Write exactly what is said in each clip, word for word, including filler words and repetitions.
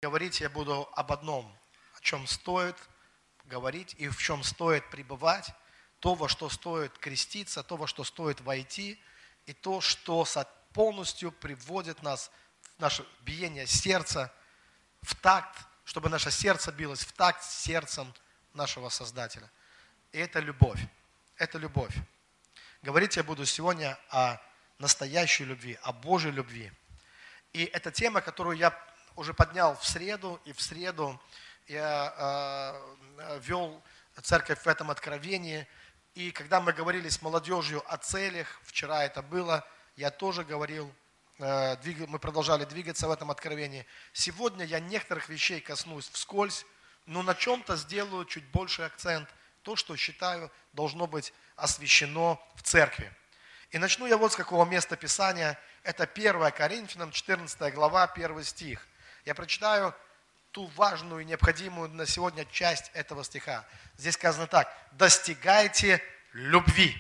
Говорить я буду об одном, о чем стоит говорить и в чем стоит пребывать, то, во что стоит креститься, то, во что стоит войти, и то, что полностью приводит нас в наше биение сердца в такт, чтобы наше сердце билось в такт с сердцем нашего Создателя. И это любовь. Это любовь. Говорить я буду сегодня о настоящей любви, о Божьей любви. И это тема, которую я уже поднял в среду, и в среду я э, вел церковь в этом откровении. И когда мы говорили с молодежью о целях, вчера это было, я тоже говорил, э, двиг, мы продолжали двигаться в этом откровении. Сегодня я некоторых вещей коснусь вскользь, но на чем-то сделаю чуть больше акцент, то, что считаю должно быть освящено в церкви. И начну я вот с какого места Писания. Это первое Коринфянам, четырнадцатая глава, первый стих. Я прочитаю ту важную и необходимую на сегодня часть этого стиха. Здесь сказано так. Достигайте любви.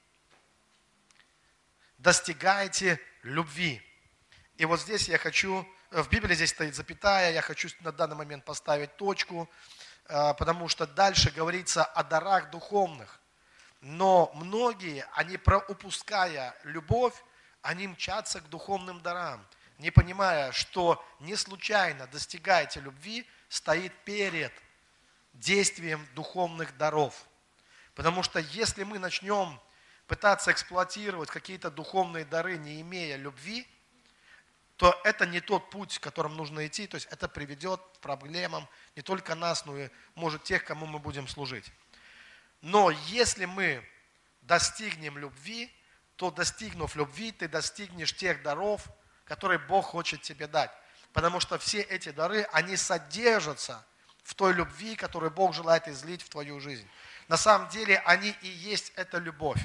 Достигайте любви. И вот здесь я хочу, в Библии здесь стоит запятая, я хочу на данный момент поставить точку, потому что дальше говорится о дарах духовных. Но многие, они упуская любовь, они мчатся к духовным дарам, не понимая, что не случайно достигаете любви стоит перед действием духовных даров. Потому что если мы начнем пытаться эксплуатировать какие-то духовные дары, не имея любви, то это не тот путь, которым нужно идти, то есть это приведет к проблемам не только нас, но и, может, тех, кому мы будем служить. Но если мы достигнем любви, то, достигнув любви, ты достигнешь тех даров, которые Бог хочет тебе дать. Потому что все эти дары, они содержатся в той любви, которую Бог желает излить в твою жизнь. На самом деле, они и есть эта любовь.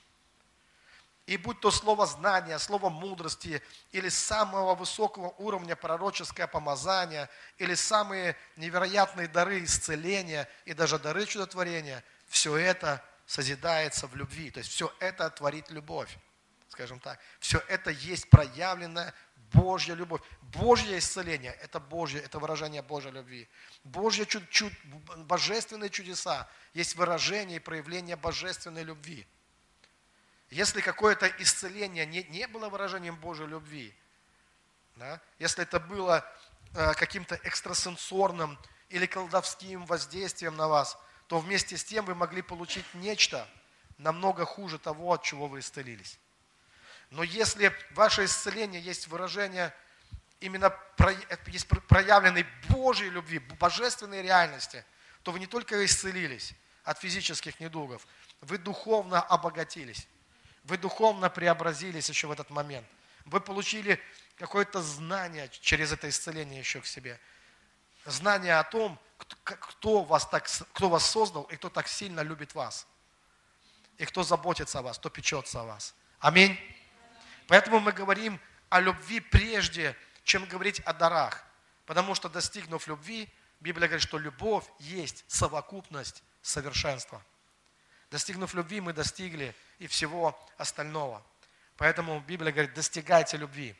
И будь то слово знания, слово мудрости, или самого высокого уровня пророческое помазание, или самые невероятные дары исцеления, и даже дары чудотворения, все это созидается в любви. То есть все это творит любовь, скажем так. Все это есть проявленная Божья любовь. Божье исцеление – это Божье, это выражение Божьей любви. Божьи чуд, чуд, божественные чудеса есть выражение и проявление божественной любви. Если какое-то исцеление не, не было выражением Божьей любви, да, если это было э, каким-то экстрасенсорным или колдовским воздействием на вас, то вместе с тем вы могли получить нечто намного хуже того, от чего вы исцелились. Но если ваше исцеление есть выражение именно есть проявленной Божьей любви, божественной реальности, то вы не только исцелились от физических недугов, вы духовно обогатились. Вы духовно преобразились еще в этот момент. Вы получили какое-то знание через это исцеление еще к себе. Знание о том, кто вас, так, кто вас создал и кто так сильно любит вас. И кто заботится о вас, кто печется о вас. Аминь. Поэтому мы говорим о любви прежде, чем говорить о дарах. Потому что, достигнув любви, Библия говорит, что любовь есть совокупность совершенства. Достигнув любви, мы достигли и всего остального. Поэтому Библия говорит, достигайте любви.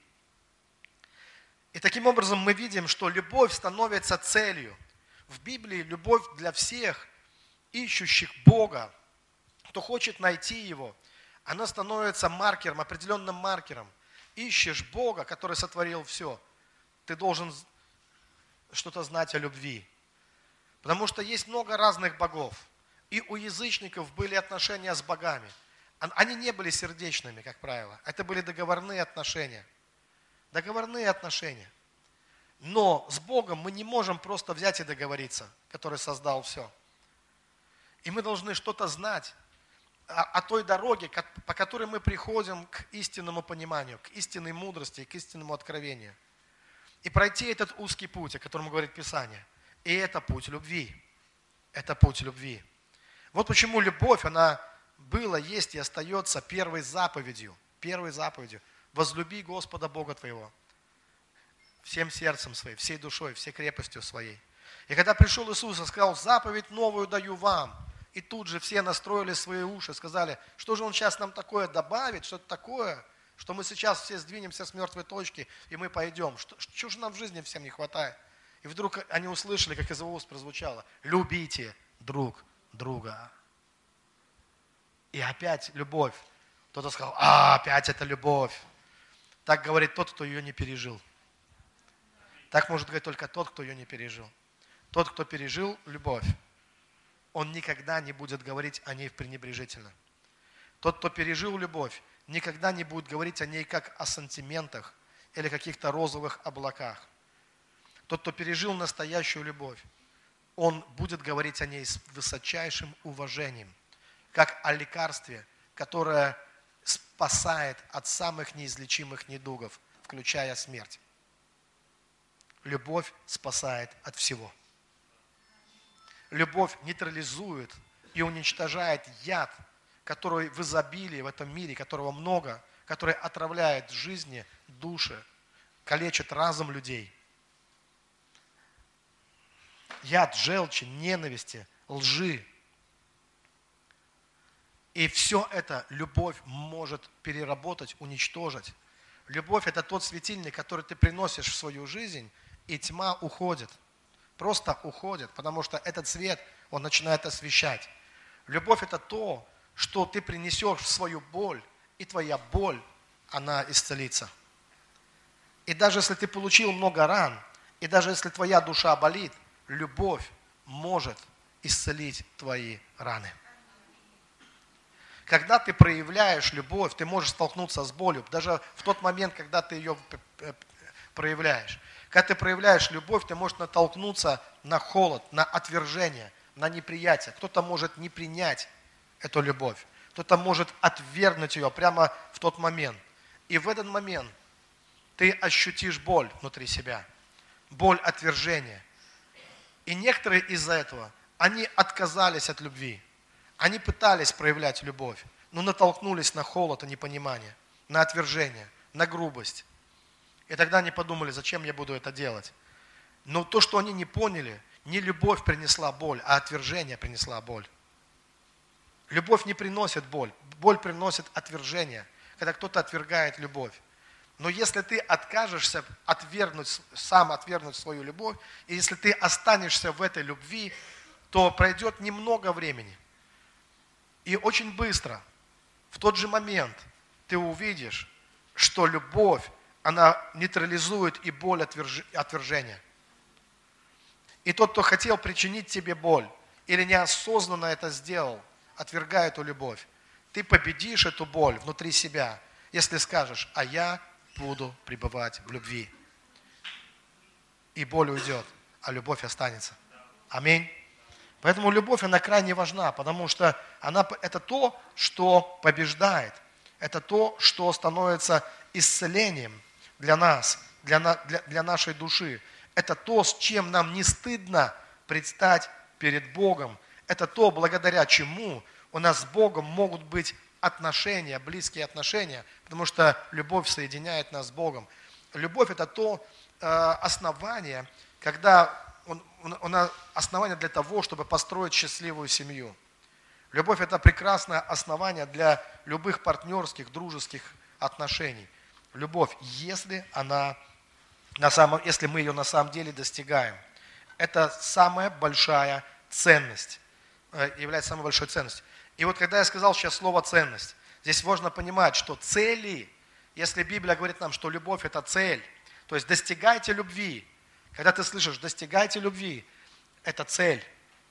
И таким образом мы видим, что любовь становится целью. В Библии любовь для всех ищущих Бога, кто хочет найти Его, она становится маркером, определенным маркером. Ищешь Бога, который сотворил все, ты должен что-то знать о любви. Потому что есть много разных богов. И у язычников были отношения с богами. Они не были сердечными, как правило. Это были договорные отношения. Договорные отношения. Но с Богом мы не можем просто взять и договориться, который создал все. И мы должны что-то знать о, о той дороге, по которой мы приходим к истинному пониманию, к истинной мудрости, к истинному откровению. И пройти этот узкий путь, о котором говорит Писание. И это путь любви. Это путь любви. Вот почему любовь, она была, есть и остается первой заповедью. Первой заповедью. Возлюби Господа Бога твоего. Всем сердцем своим, всей душой, всей крепостью своей. И когда пришел Иисус и сказал, заповедь новую даю вам. И тут же все настроили свои уши, сказали, что же Он сейчас нам такое добавит, что-то такое, что мы сейчас все сдвинемся с мертвой точки, и мы пойдем. Что, что же нам в жизни всем не хватает? И вдруг они услышали, как из его уст прозвучало: любите друг друга. И опять любовь. Кто-то сказал: а, опять это любовь. Так говорит тот, кто ее не пережил. Так может говорить только тот, кто ее не пережил. Тот, кто пережил любовь, он никогда не будет говорить о ней пренебрежительно. Тот, кто пережил любовь, никогда не будет говорить о ней как о сантиментах или каких-то розовых облаках. Тот, кто пережил настоящую любовь, он будет говорить о ней с высочайшим уважением, как о лекарстве, которое спасает от самых неизлечимых недугов, включая смерть. Любовь спасает от всего. Любовь нейтрализует и уничтожает яд, который в изобилии в этом мире, которого много, который отравляет жизни, души, калечит разум людей. Яд желчи, ненависти, лжи. И все это любовь может переработать, уничтожить. Любовь – это тот светильник, который ты приносишь в свою жизнь, и тьма уходит. Просто уходит, потому что этот свет, он начинает освещать. Любовь – это то, что ты принесешь в свою боль, и твоя боль, она исцелится. И даже если ты получил много ран, и даже если твоя душа болит, любовь может исцелить твои раны. Когда ты проявляешь любовь, ты можешь столкнуться с болью, даже в тот момент, когда ты ее проявляешь. Когда ты проявляешь любовь, ты можешь натолкнуться на холод, на отвержение, на неприятие. Кто-то может не принять эту любовь, кто-то может отвергнуть ее прямо в тот момент. И в этот момент ты ощутишь боль внутри себя, боль отвержения. И некоторые из-за этого, они отказались от любви. Они пытались проявлять любовь, но натолкнулись на холод и непонимание, на отвержение, на грубость. И тогда они подумали: зачем я буду это делать? Но то, что они не поняли, не любовь принесла боль, а отвержение принесла боль. Любовь не приносит боль, боль приносит отвержение, когда кто-то отвергает любовь. Но если ты откажешься отвергнуть, сам отвергнуть свою любовь, и если ты останешься в этой любви, то пройдет немного времени. И очень быстро, в тот же момент, ты увидишь, что любовь, она нейтрализует и боль отвержения. И тот, кто хотел причинить тебе боль, или неосознанно это сделал, отвергая эту любовь, ты победишь эту боль внутри себя, если скажешь: а я буду пребывать в любви. И боль уйдет, а любовь останется. Аминь. Поэтому любовь, она крайне важна, потому что она, это то, что побеждает. Это то, что становится исцелением для нас, для, для, для нашей души. Это то, с чем нам не стыдно предстать перед Богом. Это то, благодаря чему у нас с Богом могут быть отношения, близкие отношения, потому что любовь соединяет нас с Богом. Любовь – это то э, основание, когда он, он, он основание для того, чтобы построить счастливую семью. Любовь – это прекрасное основание для любых партнерских, дружеских отношений. Любовь, если она на самом, если мы ее на самом деле достигаем, это самая большая ценность, является самой большой ценностью. И вот когда я сказал сейчас слово «ценность», здесь важно понимать, что цели, если Библия говорит нам, что любовь – это цель, то есть достигайте любви. Когда ты слышишь «достигайте любви», это цель.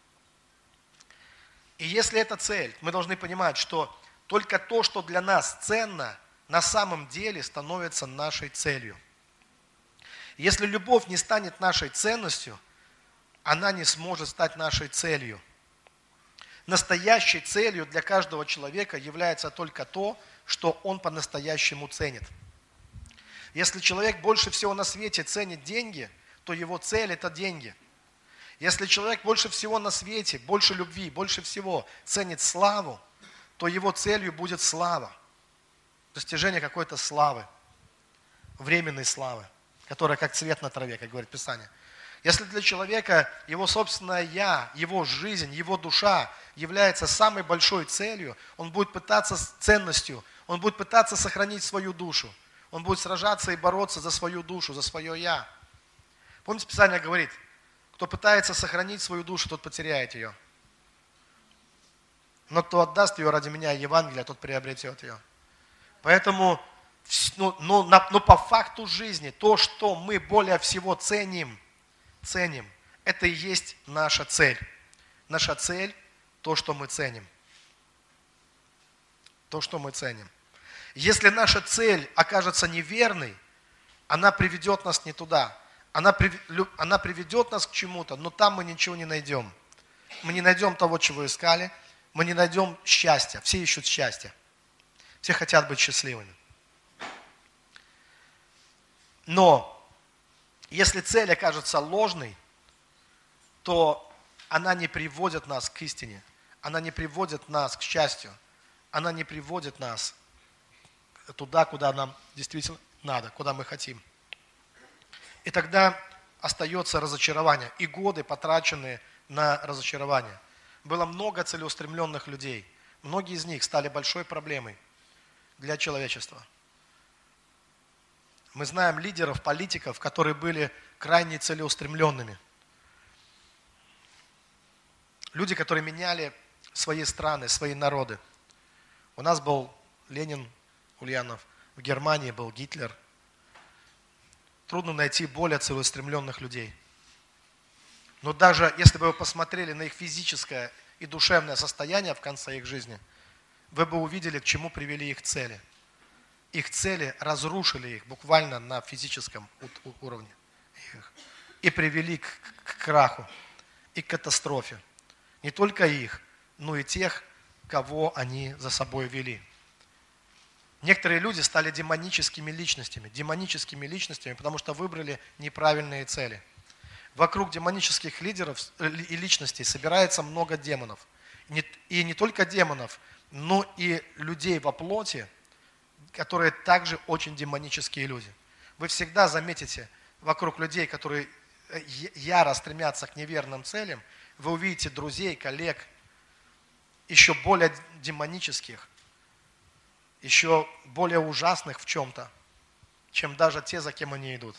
И если это цель, мы должны понимать, что только то, что для нас ценно, на самом деле становится нашей целью. Если любовь не станет нашей ценностью, она не сможет стать нашей целью. Настоящей целью для каждого человека является только то, что он по-настоящему ценит. Если человек больше всего на свете ценит деньги, то его цель – это деньги. Если человек больше всего на свете, больше любви, больше всего ценит славу, то его целью будет слава. Достижение какой-то славы, временной славы, которая как цвет на траве, как говорит Писание. Если для человека его собственное «я», его жизнь, его душа является самой большой целью, он будет пытаться с ценностью, он будет пытаться сохранить свою душу, он будет сражаться и бороться за свою душу, за свое «я». Помните, Писание говорит: Кто пытается сохранить свою душу, тот потеряет ее. Но кто отдаст ее ради меня Евангелие, тот приобретет ее. Поэтому, ну, ну, на, ну по факту жизни, то, что мы более всего ценим, ценим, это и есть наша цель. Наша цель – то, что мы ценим. То, что мы ценим. Если наша цель окажется неверной, она приведет нас не туда. Она, прив... она приведет нас к чему-то, но там мы ничего не найдем. Мы не найдем того, чего искали. Мы не найдем счастья. Все ищут счастья. Все хотят быть счастливыми. Но если цель окажется ложной, то она не приводит нас к истине. Она не приводит нас к счастью. Она не приводит нас туда, куда нам действительно надо, куда мы хотим. И тогда остается разочарование. И годы, потраченные на разочарование. Было много целеустремленных людей. Многие из них стали большой проблемой для человечества. Мы знаем лидеров, политиков, которые были крайне целеустремленными. Люди, которые меняли свои страны, свои народы. У нас был Ленин, Ульянов, в Германии был Гитлер. Трудно найти более целеустремленных людей. Но даже если бы вы посмотрели на их физическое и душевное состояние в конце их жизни, вы бы увидели, к чему привели их цели. Их цели разрушили их буквально на физическом уровне. И привели к, к краху и к катастрофе. Не только их, но и тех, кого они за собой вели. Некоторые люди стали демоническими личностями, демоническими личностями, потому что выбрали неправильные цели. Вокруг демонических лидеров и личностей собирается много демонов. И не только демонов, но и людей во плоти, которые также очень демонические люди. Вы всегда заметите вокруг людей, которые яро стремятся к неверным целям, вы увидите друзей, коллег, еще более демонических, еще более ужасных в чем-то, чем даже те, за кем они идут.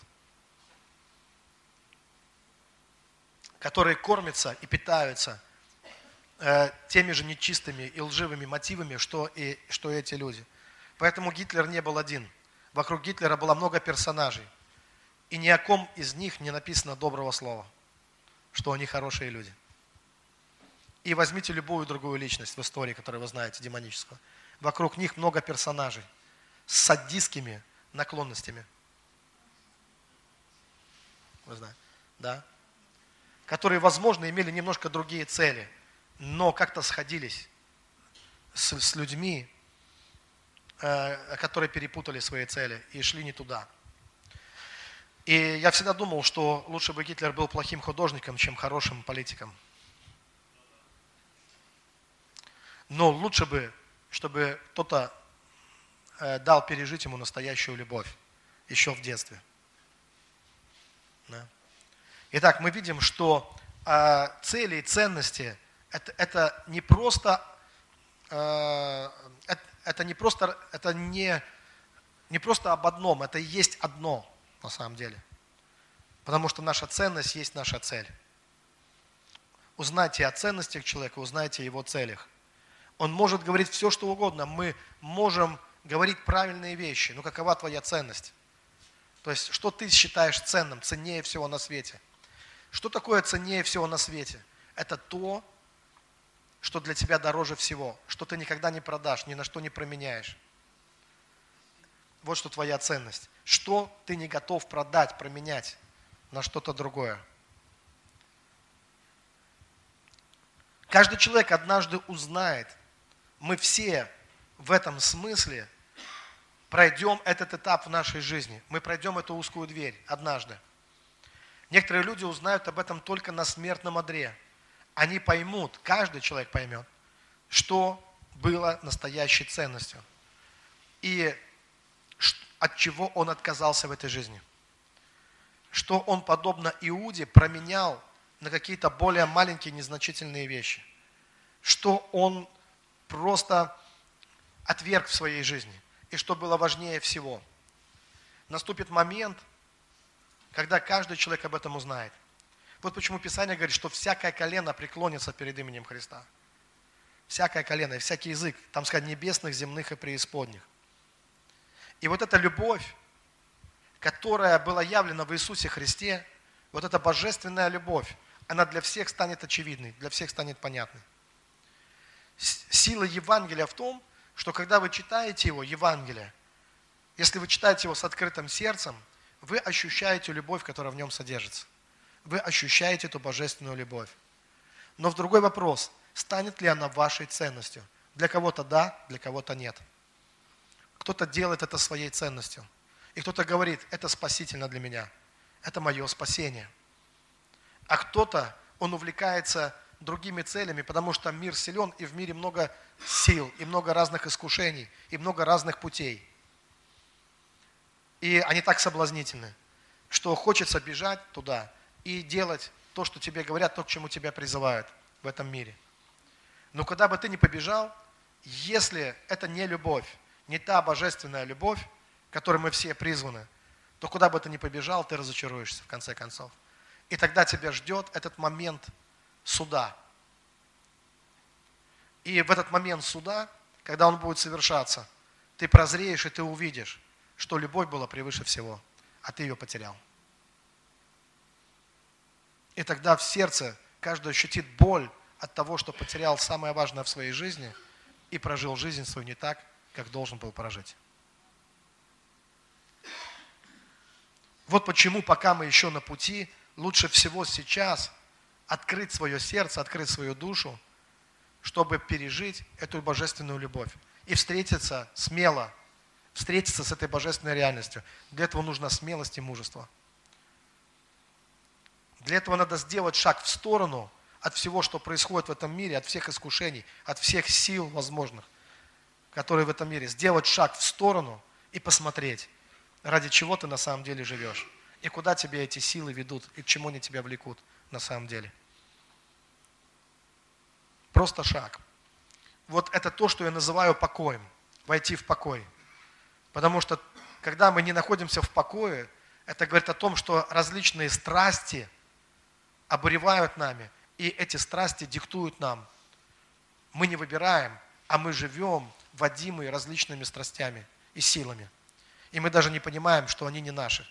Которые кормятся и питаются э, теми же нечистыми и лживыми мотивами, что и что и эти люди. Поэтому Гитлер не был один. Вокруг Гитлера было много персонажей. И ни о ком из них не написано доброго слова, что они хорошие люди. И возьмите любую другую личность в истории, которую вы знаете, демоническую. Вокруг них много персонажей с садистскими наклонностями. Вы знаете, да? Которые, возможно, имели немножко другие цели, но как-то сходились с, с людьми, э, которые перепутали свои цели и шли не туда. И я всегда думал, что лучше бы Гитлер был плохим художником, чем хорошим политиком. Но лучше бы, чтобы кто-то э, дал пережить ему настоящую любовь еще в детстве. Да. Итак, мы видим, что э, цели и ценности это, это не просто, э, это, это не просто, это не, не просто об одном, это и есть одно на самом деле. Потому что наша ценность есть наша цель. Узнайте о ценностях человека, узнайте о его целях. Он может говорить все, что угодно. Мы можем говорить правильные вещи. Но какова твоя ценность? То есть, что ты считаешь ценным, ценнее всего на свете? Что такое ценнее всего на свете? Это то, что для тебя дороже всего, что ты никогда не продашь, ни на что не променяешь. Вот что твоя ценность. Что ты не готов продать, променять на что-то другое. Каждый человек однажды узнает, мы все в этом смысле пройдем этот этап в нашей жизни. Мы пройдем эту узкую дверь однажды. Некоторые люди узнают об этом только на смертном одре. Они поймут, каждый человек поймет, что было настоящей ценностью. И от чего он отказался в этой жизни. Что он, подобно Иуде, променял на какие-то более маленькие, незначительные вещи. Что он просто отверг в своей жизни. И что было важнее всего. Наступит момент, когда каждый человек об этом узнает. Вот почему Писание говорит, что всякое колено преклонится перед именем Христа. Всякое колено и всякий язык, там сказать, небесных, земных и преисподних. И вот эта любовь, которая была явлена в Иисусе Христе, вот эта божественная любовь, она для всех станет очевидной, для всех станет понятной. Сила Евангелия в том, что когда вы читаете его, Евангелие, если вы читаете его с открытым сердцем, вы ощущаете любовь, которая в нем содержится. Вы ощущаете эту божественную любовь. Но в другой вопрос, станет ли она вашей ценностью? Для кого-то да, для кого-то нет. Кто-то делает это своей ценностью. И кто-то говорит, это спасительно для меня. Это мое спасение. А кто-то, он увлекается другими целями, потому что мир силен, и в мире много сил, и много разных искушений, и много разных путей. И они так соблазнительны, что хочется бежать туда и делать то, что тебе говорят, то, к чему тебя призывают в этом мире. Но куда бы ты ни побежал, если это не любовь, не та божественная любовь, к которой мы все призваны, то куда бы ты ни побежал, ты разочаруешься в конце концов. И тогда тебя ждет этот момент суда. И в этот момент суда, когда он будет совершаться, ты прозреешь и ты увидишь, что любовь была превыше всего, а ты ее потерял. И тогда в сердце каждый ощутит боль от того, что потерял самое важное в своей жизни и прожил жизнь свою не так, как должен был прожить. Вот почему, пока мы еще на пути, лучше всего сейчас открыть свое сердце, открыть свою душу, чтобы пережить эту божественную любовь и встретиться смело, встретиться с этой божественной реальностью. Для этого нужна смелость и мужество. Для этого надо сделать шаг в сторону от всего, что происходит в этом мире, от всех искушений, от всех сил возможных, которые в этом мире. Сделать шаг в сторону и посмотреть, ради чего ты на самом деле живешь, и куда тебя эти силы ведут, и к чему они тебя влекут на самом деле. Просто шаг. Вот это то, что я называю покоем, войти в покой. Потому что, когда мы не находимся в покое, это говорит о том, что различные страсти обуревают нами, и эти страсти диктуют нам. Мы не выбираем, а мы живем, водимые различными страстями и силами. И мы даже не понимаем, что они не наши.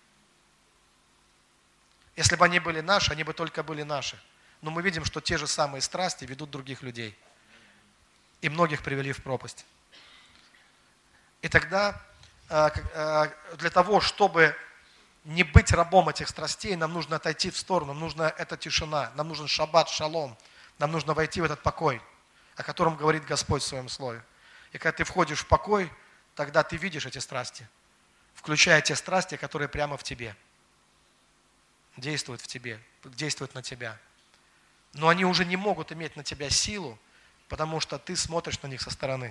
Если бы они были наши, они бы только были наши. Но мы видим, что те же самые страсти ведут других людей. И многих привели в пропасть. И тогда для того, чтобы не быть рабом этих страстей, нам нужно отойти в сторону, нам нужна эта тишина, нам нужен шаббат, шалом, нам нужно войти в этот покой, о котором говорит Господь в Своем Слове. И когда ты входишь в покой, тогда ты видишь эти страсти, включая те страсти, которые прямо в тебе, действуют в тебе, действуют на тебя. Но они уже не могут иметь на тебя силу, потому что ты смотришь на них со стороны.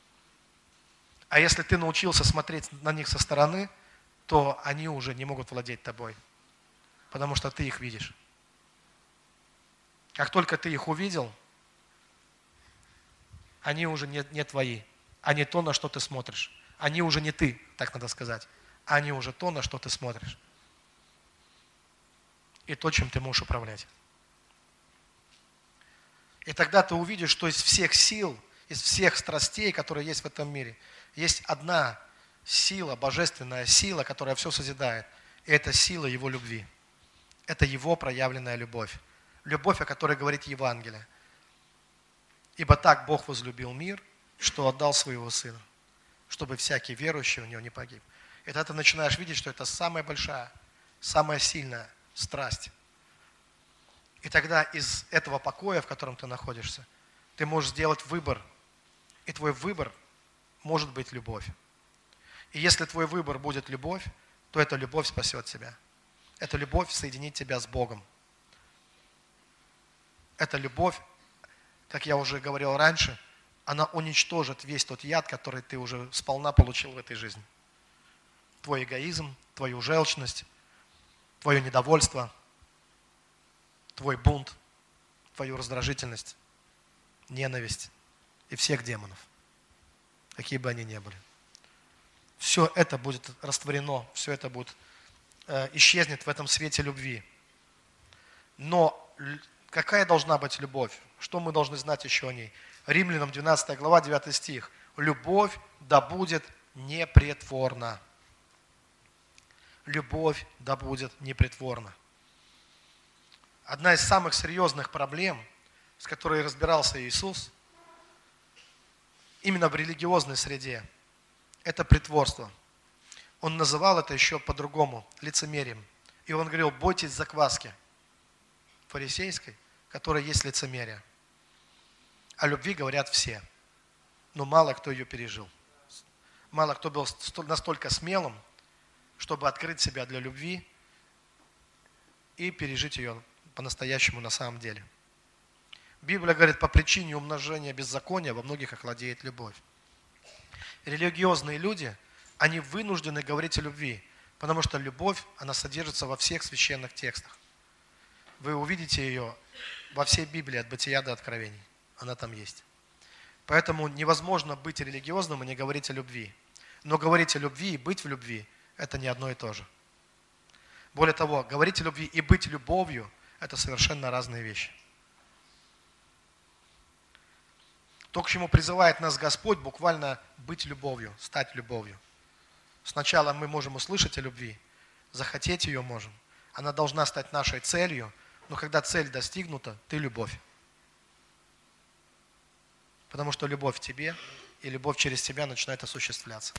А если ты научился смотреть на них со стороны, то они уже не могут владеть тобой, потому что ты их видишь. Как только ты их увидел, они уже не, не твои, а не то, на что ты смотришь. Они уже не ты, так надо сказать, а они уже то, на что ты смотришь. И то, чем ты можешь управлять. И тогда ты увидишь, что из всех сил, из всех страстей, которые есть в этом мире, есть одна сила, божественная сила, которая все созидает. И это сила Его любви. Это Его проявленная любовь. Любовь, о которой говорит Евангелие. Ибо так Бог возлюбил мир, что отдал Своего Сына, чтобы всякий верующий в Него не погиб. И тогда ты начинаешь видеть, что это самая большая, самая сильная страсть. И тогда из этого покоя, в котором ты находишься, ты можешь сделать выбор. И твой выбор может быть любовь. И если твой выбор будет любовь, то эта любовь спасет тебя. Эта любовь соединит тебя с Богом. Эта любовь, как я уже говорил раньше, она уничтожит весь тот яд, который ты уже сполна получил в этой жизни. Твой эгоизм, твою желчность, твое недовольство, твой бунт, твою раздражительность, ненависть и всех демонов, какие бы они ни были. Все это будет растворено, все это будет, э, исчезнет в этом свете любви. Но какая должна быть любовь? Что мы должны знать еще о ней? Римлянам двенадцатая глава, девятый стих. Любовь да будет непритворна. Любовь да будет непритворна. Одна из самых серьезных проблем, с которой разбирался Иисус, именно в религиозной среде, это притворство. Он называл это еще по-другому, лицемерием. И он говорил, бойтесь закваски фарисейской, которая есть лицемерие. О любви говорят все, но мало кто ее пережил. Мало кто был настолько смелым, чтобы открыть себя для любви и пережить ее по-настоящему на самом деле. Библия говорит, по причине умножения беззакония во многих охладеет любовь. Религиозные люди, они вынуждены говорить о любви, потому что любовь, она содержится во всех священных текстах. Вы увидите ее во всей Библии, от Бытия до Откровений. Она там есть. Поэтому невозможно быть религиозным и не говорить о любви. Но говорить о любви и быть в любви – это не одно и то же. Более того, говорить о любви и быть любовью – это совершенно разные вещи. То, к чему призывает нас Господь, буквально быть любовью, стать любовью. Сначала мы можем услышать о любви, захотеть ее можем. Она должна стать нашей целью, но когда цель достигнута, ты любовь. Потому что любовь в тебе, и любовь через тебя начинает осуществляться.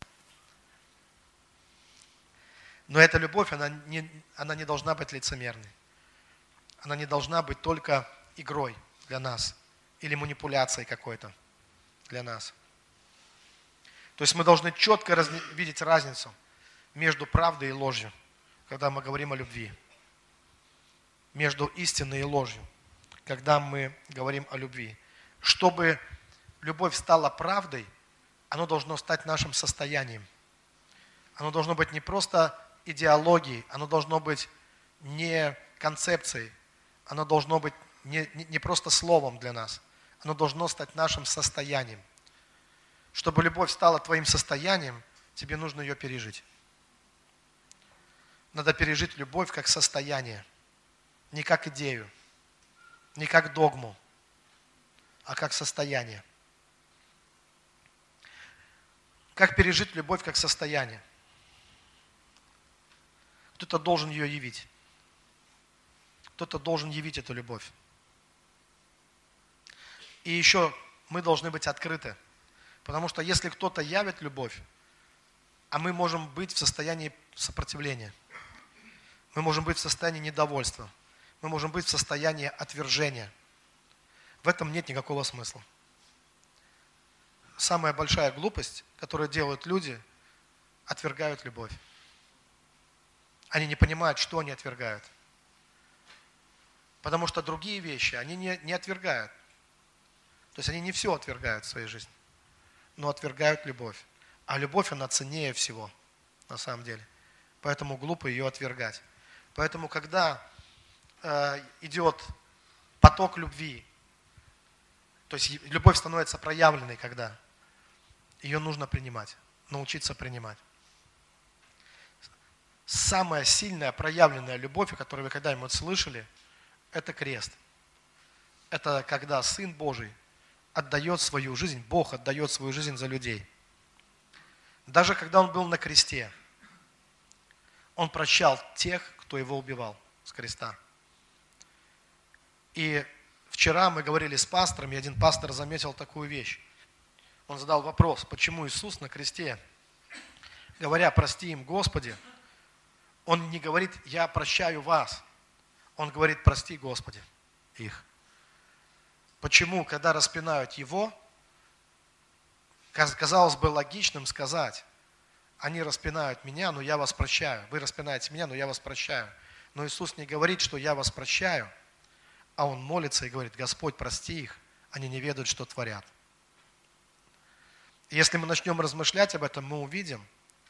Но эта любовь, она не, она не должна быть лицемерной. Она не должна быть только игрой для нас или манипуляцией какой-то для нас. То есть мы должны четко раз, видеть разницу между правдой и ложью, когда мы говорим о любви. Между истиной и ложью, когда мы говорим о любви. Чтобы любовь стала правдой, оно должно стать нашим состоянием. Оно должно быть не просто идеологией, оно должно быть не концепцией, оно должно быть не, не, не просто словом для нас, оно должно стать нашим состоянием. Чтобы любовь стала твоим состоянием, тебе нужно ее пережить. Надо пережить любовь как состояние, не как идею, не как догму, а как состояние. Как пережить любовь как состояние? Кто-то должен ее явить. Кто-то должен явить эту любовь. И еще мы должны быть открыты. Потому что если кто-то явит любовь, а мы можем быть в состоянии сопротивления, мы можем быть в состоянии недовольства, мы можем быть в состоянии отвержения. В этом нет никакого смысла. Самая большая глупость, которую делают люди, отвергают любовь. Они не понимают, что они отвергают. Потому что другие вещи они не, не отвергают. То есть они не все отвергают в своей жизни, но отвергают любовь. А любовь, она ценнее всего, на самом деле. Поэтому глупо ее отвергать. Поэтому, когда э, идет поток любви, то есть любовь становится проявленной, когда ее нужно принимать, научиться принимать. Самая сильная проявленная любовь, о которой вы когда-нибудь слышали, это крест. Это когда Сын Божий отдает свою жизнь, Бог отдает свою жизнь за людей. Даже когда Он был на кресте, Он прощал тех, кто Его убивал с креста. И вчера мы говорили с пастором, и один пастор заметил такую вещь. Он задал вопрос, почему Иисус на кресте, говоря «прости им, Господи», Он не говорит «я прощаю вас», Он говорит «прости, Господи, их». Почему, когда распинают Его, казалось бы логичным сказать, они распинают меня, но я вас прощаю. Вы распинаете меня, но я вас прощаю. Но Иисус не говорит, что я вас прощаю, а Он молится и говорит, Господь, прости их, они не ведают, что творят. И если мы начнем размышлять об этом, мы увидим,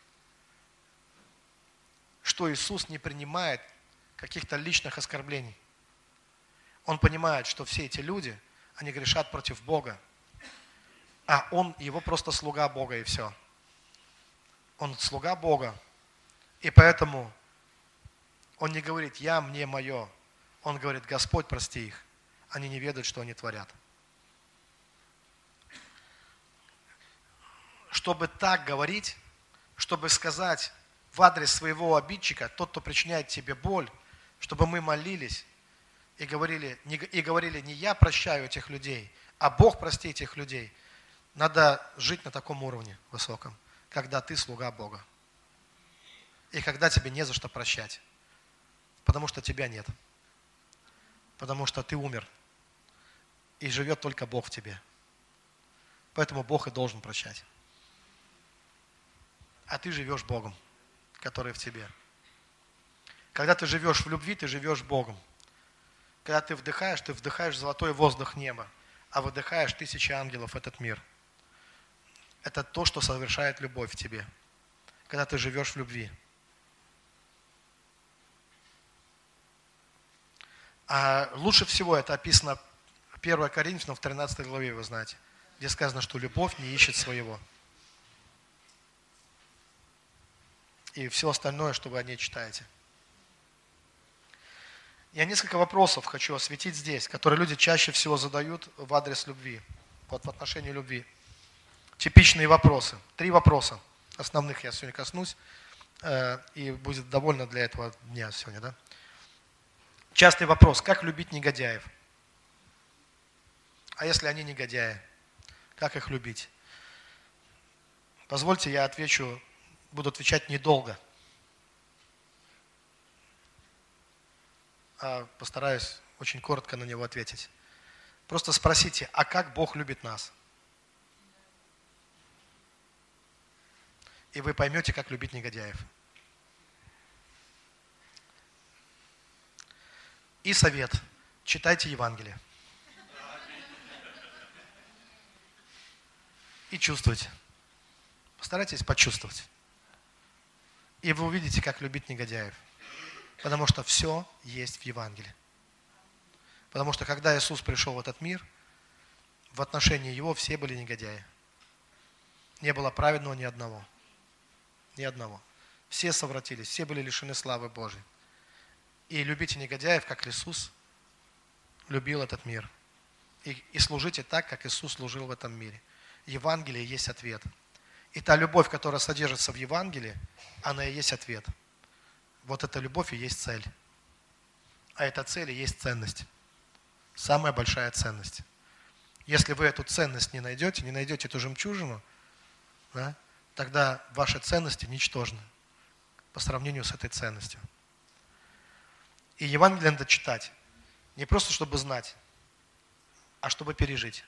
что Иисус не принимает каких-то личных оскорблений. Он понимает, что все эти люди, они грешат против Бога, а Он, Его просто слуга Бога и все. Он слуга Бога, и поэтому Он не говорит «я, мне, мое». Он говорит: Господь, прости их, они не ведают, что они творят. Чтобы так говорить, чтобы сказать в адрес своего обидчика, тот, кто причиняет тебе боль, чтобы мы молились и говорили, не, и говорили, не я прощаю этих людей, а Бог прости этих людей. Надо жить на таком уровне высоком, когда ты слуга Бога. И когда тебе не за что прощать. Потому что тебя нет. Потому что ты умер. И живет только Бог в тебе. Поэтому Бог и должен прощать. А ты живешь Богом, который в тебе. Когда ты живешь в любви, ты живешь Богом. Когда ты вдыхаешь, ты вдыхаешь золотой воздух неба, а выдыхаешь тысячи ангелов в этот мир. Это то, что совершает любовь в тебе. Когда ты живешь в любви. А лучше всего это описано в первое Коринфянам в тринадцатой главе, вы знаете, где сказано, что любовь не ищет своего. И все остальное, что вы о ней читаете. Я несколько вопросов хочу осветить здесь, которые люди чаще всего задают в адрес любви, вот в отношении любви. Типичные вопросы. Три вопроса основных я сегодня коснусь, и будет довольно для этого дня сегодня, да? Частый вопрос: как любить негодяев? А если они негодяи, как их любить? Позвольте, я отвечу, буду отвечать недолго. А постараюсь очень коротко на него ответить. Просто спросите, а как Бог любит нас? И вы поймете, как любить негодяев. И совет. Читайте Евангелие. И чувствуйте. Постарайтесь почувствовать. И вы увидите, как любить негодяев. Потому что все есть в Евангелии. Потому что когда Иисус пришел в этот мир, в отношении Его все были негодяи. Не было праведного ни одного. Ни одного. Все совратились, все были лишены славы Божией. И любите негодяев, как Иисус любил этот мир. И, и служите так, как Иисус служил в этом мире. Евангелие есть ответ. И та любовь, которая содержится в Евангелии, она и есть ответ. Вот эта любовь и есть цель. А эта цель и есть ценность. Самая большая ценность. Если вы эту ценность не найдете, не найдете эту жемчужину, да, тогда ваши ценности ничтожны по сравнению с этой ценностью. И Евангелие надо читать не просто чтобы знать, а чтобы пережить.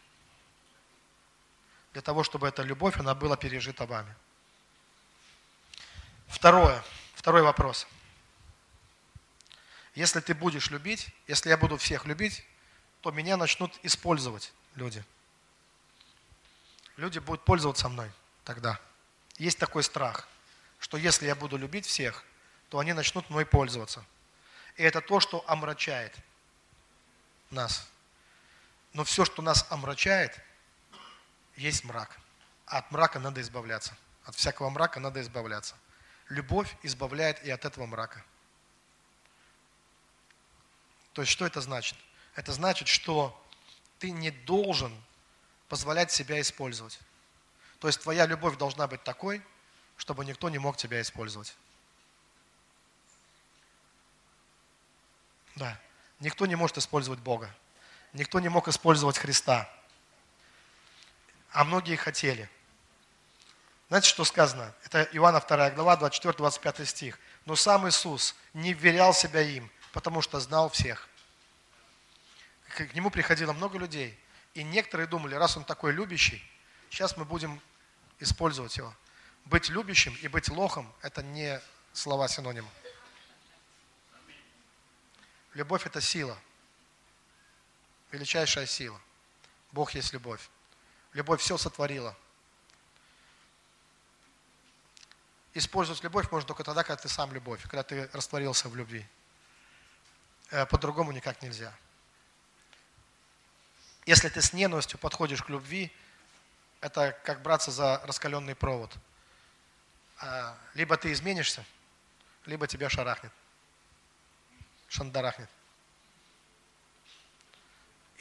Для того, чтобы эта любовь, она была пережита вами. Второе. Второй вопрос. Если ты будешь любить, если я буду всех любить, то меня начнут использовать люди. Люди будут пользоваться мной тогда. Есть такой страх, что если я буду любить всех, то они начнут мной пользоваться. И это то, что омрачает нас. Но все, что нас омрачает, есть мрак. А от мрака надо избавляться. От всякого мрака надо избавляться. Любовь избавляет и от этого мрака. То есть, что это значит? Это значит, что ты не должен позволять себя использовать. То есть, твоя любовь должна быть такой, чтобы никто не мог тебя использовать. Да. Никто не может использовать Бога. Никто не мог использовать Христа. А многие хотели. Знаете, что сказано? Это Иоанна вторая глава, двадцать четвёртый - двадцать пятый стих. Но сам Иисус не вверял себя им, потому что знал всех. К нему приходило много людей. И некоторые думали, раз он такой любящий, сейчас мы будем использовать его. Быть любящим и быть лохом – это не слова синонимы. Любовь – это сила. Величайшая сила. Бог есть любовь. Любовь все сотворила. Использовать любовь можно только тогда, когда ты сам любовь, когда ты растворился в любви. По-другому никак нельзя. Если ты с ненавистью подходишь к любви, это как браться за раскаленный провод. Либо ты изменишься, либо тебя шарахнет. Шандарахнет.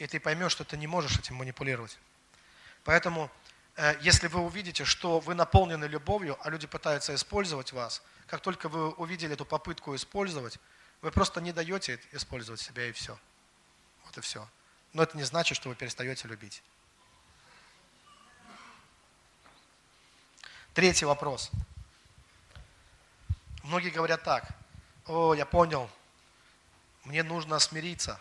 и ты поймешь, что ты не можешь этим манипулировать. Поэтому, если вы увидите, что вы наполнены любовью, а люди пытаются использовать вас, как только вы увидели эту попытку использовать, вы просто не даете использовать себя, и все. Вот и все. Но это не значит, что вы перестаете любить. Третий вопрос. Многие говорят так: о, я понял, мне нужно смириться.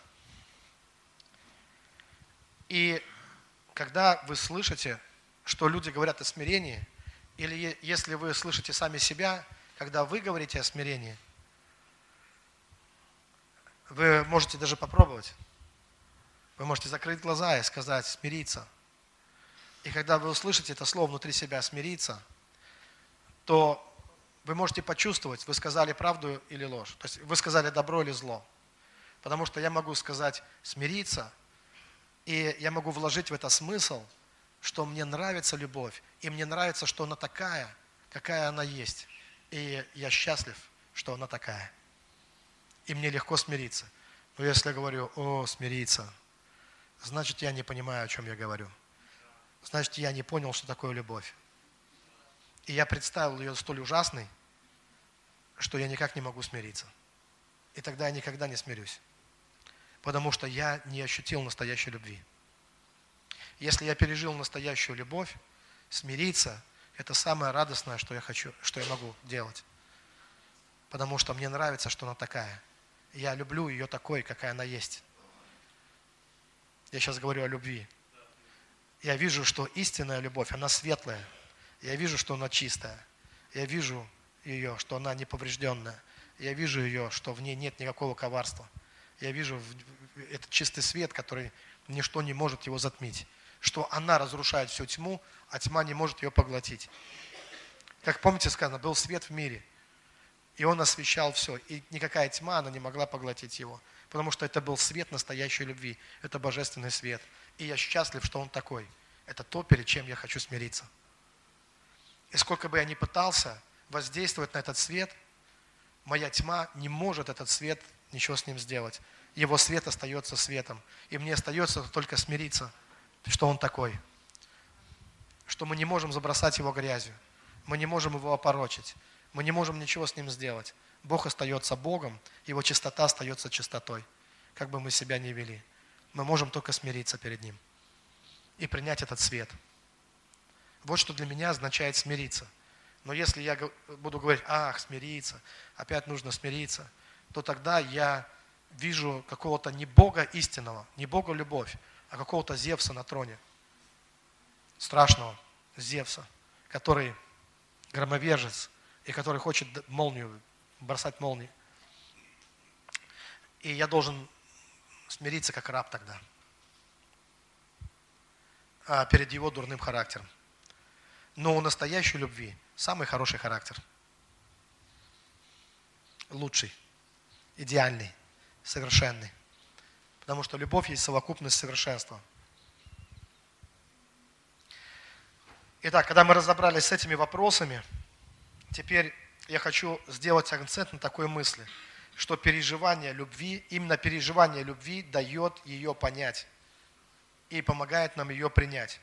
И когда вы слышите, что люди говорят о смирении, или если вы слышите сами себя, когда вы говорите о смирении, вы можете даже попробовать. Вы можете закрыть глаза и сказать «смириться». И когда вы услышите это слово внутри себя «смириться», то вы можете почувствовать, вы сказали правду или ложь. То есть вы сказали добро или зло. Потому что я могу сказать «смириться», и я могу вложить в это смысл, что мне нравится любовь, и мне нравится, что она такая, какая она есть. И я счастлив, что она такая. И мне легко смириться. Но если я говорю «о, смириться», значит, я не понимаю, о чем я говорю. Значит, я не понял, что такое любовь. И я представил ее столь ужасной, что я никак не могу смириться. И тогда я никогда не смирюсь. Потому что я не ощутил настоящей любви. Если я пережил настоящую любовь, смириться – это самое радостное, что я хочу, что я могу делать. Потому что мне нравится, что она такая. Я люблю ее такой, какая она есть. Я сейчас говорю о любви. Я вижу, что истинная любовь, она светлая. Я вижу, что она чистая. Я вижу ее, что она неповрежденная. Я вижу ее, что в ней нет никакого коварства. Я вижу этот чистый свет, который ничто не может его затмить. Что она разрушает всю тьму, а тьма не может ее поглотить. Как помните сказано, был свет в мире, и он освещал все. И никакая тьма, она не могла поглотить его. Потому что это был свет настоящей любви. Это божественный свет. И я счастлив, что он такой. Это то, перед чем я хочу смириться. И сколько бы я ни пытался воздействовать на этот свет, моя тьма не может этот свет ничего с ним сделать. Его свет остается светом. И мне остается только смириться, что он такой. Что мы не можем забросать его грязью. Мы не можем его опорочить. Мы не можем ничего с ним сделать. Бог остается Богом, его чистота остается чистотой. Как бы мы себя ни вели. Мы можем только смириться перед ним. И принять этот свет. Вот что для меня означает смириться. Но если я буду говорить, ах, смириться, опять нужно смириться, то тогда я вижу какого-то не Бога истинного, не Бога любовь, а какого-то Зевса на троне. Страшного Зевса, который громовержец, и который хочет молнию, бросать молнии. И я смириться как раб тогда а перед его дурным характером. Но у настоящей любви самый хороший характер. Лучший, идеальный, совершенный. Потому что любовь есть совокупность совершенства. Итак, когда мы разобрались с этими вопросами, теперь я хочу сделать акцент на такой мысли, что переживание любви, именно переживание любви дает ее понять и помогает нам ее принять.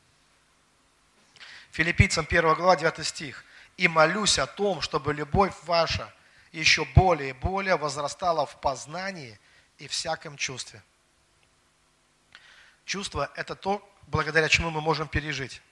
Филиппийцам первая глава, девятый стих. «И молюсь о том, чтобы любовь ваша еще более и более возрастала в познании и всяком чувстве». Чувство – это то, благодаря чему мы можем пережить.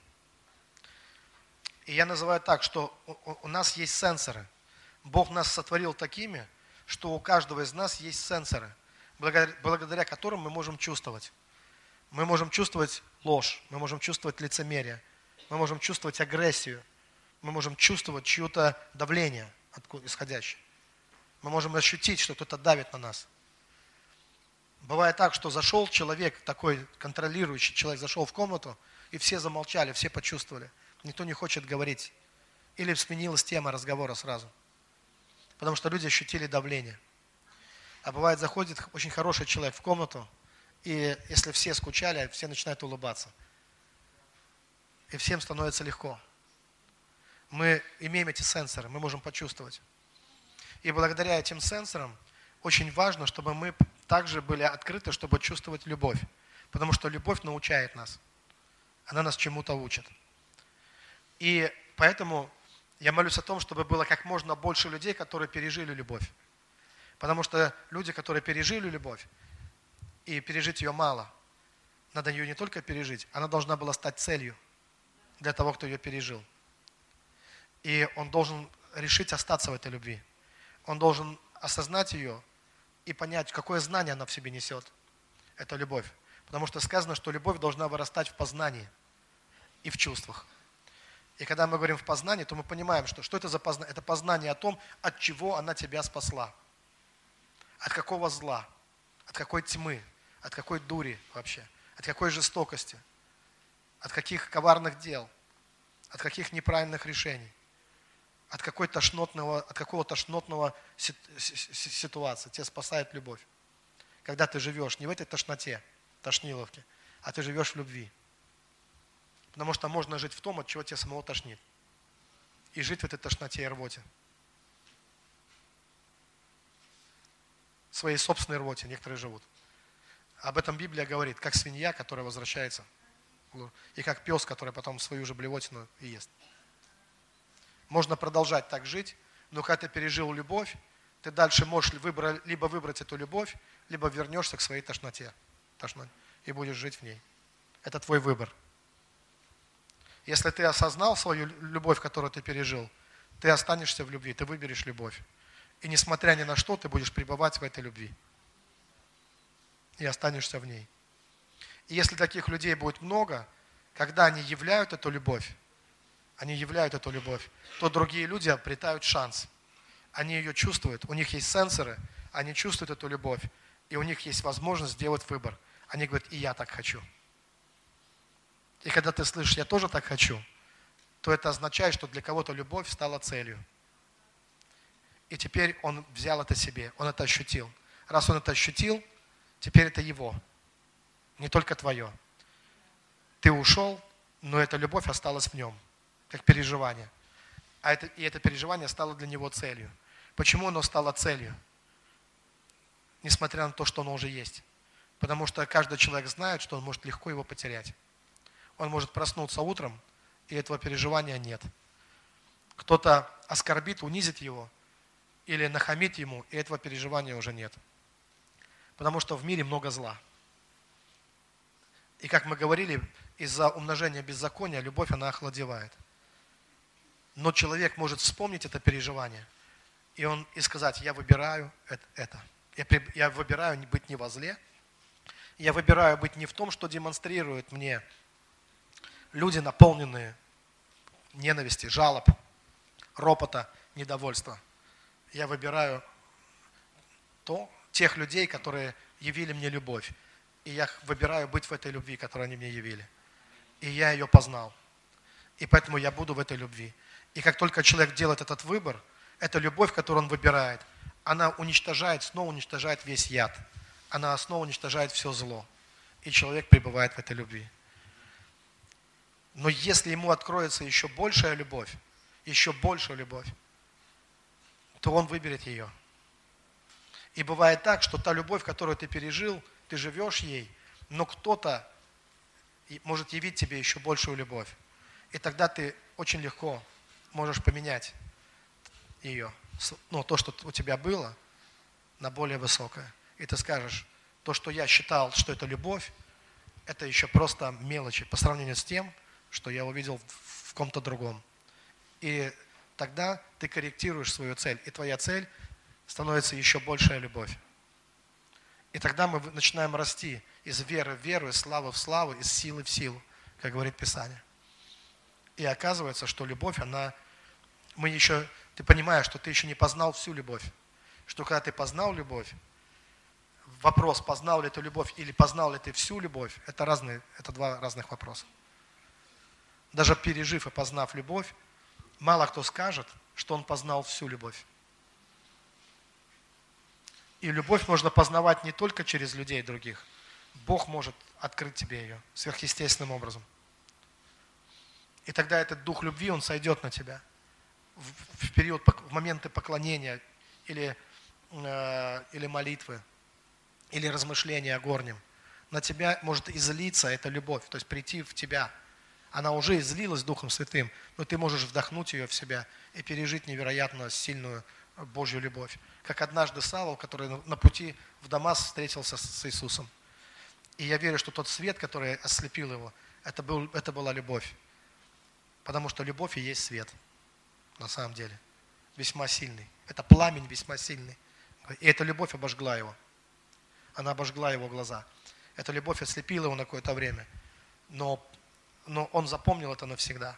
И я называю так, что у нас есть сенсоры. Бог нас сотворил такими, что у каждого из нас есть сенсоры, благодаря, благодаря которым мы можем чувствовать. Мы можем чувствовать ложь, мы можем чувствовать лицемерие, мы можем чувствовать агрессию, мы можем чувствовать чье-то давление исходящее. Мы можем ощутить, что кто-то давит на нас. Бывает так, что зашел человек, такой контролирующий человек, зашел в комнату, и все замолчали, все почувствовали. Никто не хочет говорить. Или сменилась тема разговора сразу. Потому что люди ощутили давление. А бывает, заходит очень хороший человек в комнату, и если все скучали, все начинают улыбаться. И всем становится легко. Мы имеем эти сенсоры, мы можем почувствовать. И благодаря этим сенсорам очень важно, чтобы мы также были открыты, чтобы чувствовать любовь. Потому что любовь научает нас. Она нас чему-то учит. И поэтому я молюсь о том, чтобы было как можно больше людей, которые пережили любовь. Потому что люди, которые пережили любовь, и пережить ее мало, надо ее не только пережить, она должна была стать целью для того, кто ее пережил. И он должен решить остаться в этой любви. Он должен осознать ее и понять, какое знание она в себе несет. Это любовь. Потому что сказано, что любовь должна вырастать в познании и в чувствах. И когда мы говорим в познании, то мы понимаем, что, что это за познание? Это познание о том, от чего она тебя спасла. От какого зла, от какой тьмы, от какой дури вообще, от какой жестокости, от каких коварных дел, от каких неправильных решений, от какой тошнотного, от какого тошнотного ситуации. Тебя спасает любовь. Когда ты живешь не в этой тошноте, тошниловке, а ты живешь в любви. Потому что можно жить в том, от чего тебя самого тошнит. И жить в этой тошноте и рвоте. В своей собственной рвоте некоторые живут. Об этом Библия говорит, как свинья, которая возвращается, и как пес, который потом свою же блевотину и ест. Можно продолжать так жить, но когда ты пережил любовь, ты дальше можешь выбрать, либо выбрать эту любовь, либо вернешься к своей тошноте, тошноте и будешь жить в ней. Это твой выбор. Если ты осознал свою любовь, которую ты пережил, ты останешься в любви, ты выберешь любовь. И несмотря ни на что, ты будешь пребывать в этой любви. И останешься в ней. И если таких людей будет много, когда они являют эту любовь, они являют эту любовь, то другие люди обретают шанс. Они ее чувствуют, у них есть сенсоры, они чувствуют эту любовь, и у них есть возможность сделать выбор. Они говорят, и я так хочу. И когда ты слышишь, я тоже так хочу, то это означает, что для кого-то любовь стала целью. И теперь он взял это себе, он это ощутил. Раз он это ощутил, теперь это его, не только твое. Ты ушел, но эта любовь осталась в нем, как переживание. А это, и это переживание стало для него целью. Почему оно стало целью? Несмотря на то, что оно уже есть. Потому что каждый человек знает, что он может легко его потерять. Он может проснуться утром, и этого переживания нет. Кто-то оскорбит, унизит его, или нахамит ему, и этого переживания уже нет. Потому что в мире много зла. И как мы говорили, из-за умножения беззакония любовь, она охладевает. Но человек может вспомнить это переживание, и он и сказать, я выбираю это. Я, я выбираю быть не во зле, я выбираю быть не в том, что демонстрирует мне люди, наполненные ненависти, жалоб, ропота, недовольства. Я выбираю то, тех людей, которые явили мне любовь. И я выбираю быть в этой любви, которую они мне явили. И я ее познал. И поэтому я буду в этой любви. И как только человек делает этот выбор, эта любовь, которую он выбирает, она уничтожает, снова уничтожает весь яд. Она снова уничтожает все зло. И человек пребывает в этой любви. Но если ему откроется еще большая любовь, еще большая любовь, то он выберет ее. И бывает так, что та любовь, которую ты пережил, ты живешь ей, но кто-то может явить тебе еще большую любовь. И тогда ты очень легко можешь поменять ее, ну, то, что у тебя было, на более высокое. И ты скажешь, то, что я считал, что это любовь, это еще просто мелочи по сравнению с тем, что я увидел в ком-то другом. И тогда ты корректируешь свою цель, и твоя цель становится еще большая любовь. И тогда мы начинаем расти из веры в веру, из славы в славу, из силы в силу, как говорит Писание. И оказывается, что любовь, она, мы еще, ты понимаешь, что ты еще не познал всю любовь. Что когда ты познал любовь, вопрос, познал ли ты любовь или познал ли ты всю любовь, это разные, это два разных вопроса. Даже пережив и познав любовь, мало кто скажет, что он познал всю любовь. И любовь можно познавать не только через людей других. Бог может открыть тебе ее сверхъестественным образом. И тогда этот дух любви, он сойдет на тебя в, в период, в моменты поклонения или, э, или молитвы, или размышления о горнем. на тебя может излиться эта любовь, то есть прийти в тебя. Она уже излилась Духом Святым, но ты можешь вдохнуть ее в себя и пережить невероятно сильную Божью любовь. Как однажды Савл, который на пути в Дамаск встретился с Иисусом. И я верю, что тот свет, который ослепил его, это, был, это была любовь. Потому что любовь и есть свет, на самом деле. Весьма сильный. Это пламень весьма сильный. И эта любовь обожгла его. Она обожгла его глаза. Эта любовь ослепила его на какое-то время. Но, но он запомнил это навсегда.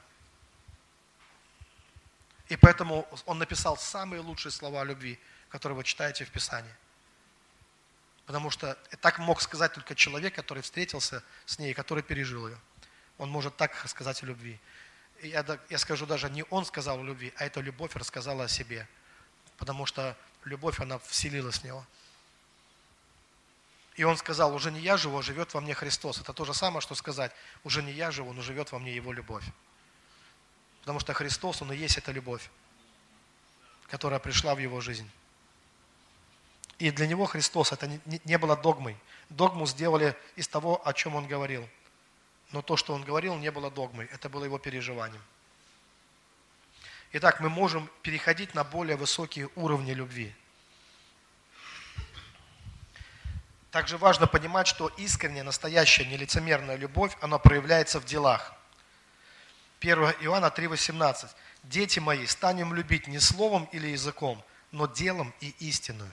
И поэтому он написал самые лучшие слова о любви, которые вы читаете в Писании. Потому что так мог сказать только человек, который встретился с ней, который пережил ее. Он может так сказать о любви. И я, я скажу, даже не он сказал о любви, а эта любовь рассказала о себе. Потому что любовь, она вселилась в него. И он сказал, уже не я живу, а живет во мне Христос. Это то же самое, что сказать, уже не я живу, но живет во мне Его любовь. Потому что Христос, Он и есть эта любовь, которая пришла в его жизнь. И для него Христос это не, не было догмой. Догму сделали из того, о чем он говорил. Но то, что он говорил, не было догмой. Это было его переживанием. Итак, мы можем переходить на более высокие уровни любви. Также важно понимать, что искренняя, настоящая, нелицемерная любовь, она проявляется в делах. первое Иоанна три восемнадцать. «Дети мои, станем любить не словом или языком, но делом и истинную».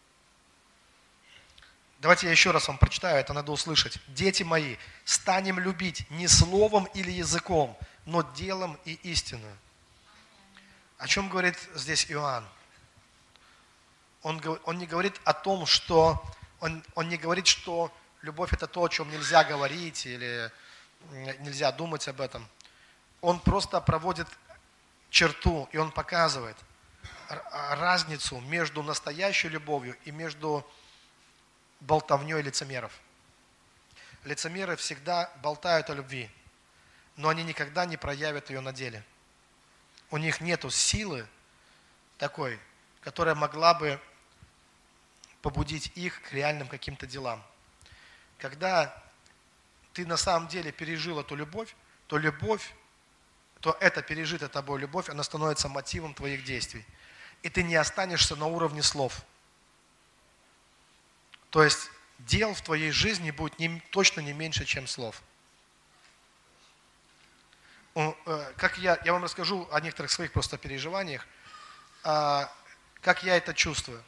Давайте я еще раз вам прочитаю, это надо услышать. «Дети мои, станем любить не словом или языком, но делом и истинную». О чем говорит здесь Иоанн? Он, он не говорит о том, что... Он, он не говорит, что любовь это то, о чем нельзя говорить или нельзя думать об этом. Он просто проводит черту, и он показывает разницу между настоящей любовью и между болтовней лицемеров. Лицемеры всегда болтают о любви, но они никогда не проявят ее на деле. У них нету силы такой, которая могла бы побудить их к реальным каким-то делам. Когда ты на самом деле пережил эту любовь, то любовь, то эта пережитая тобой любовь, она становится мотивом твоих действий. И ты не останешься на уровне слов. То есть дел в твоей жизни будет не, точно не меньше, чем слов. Как я, я вам расскажу о некоторых своих просто переживаниях, как я это чувствую.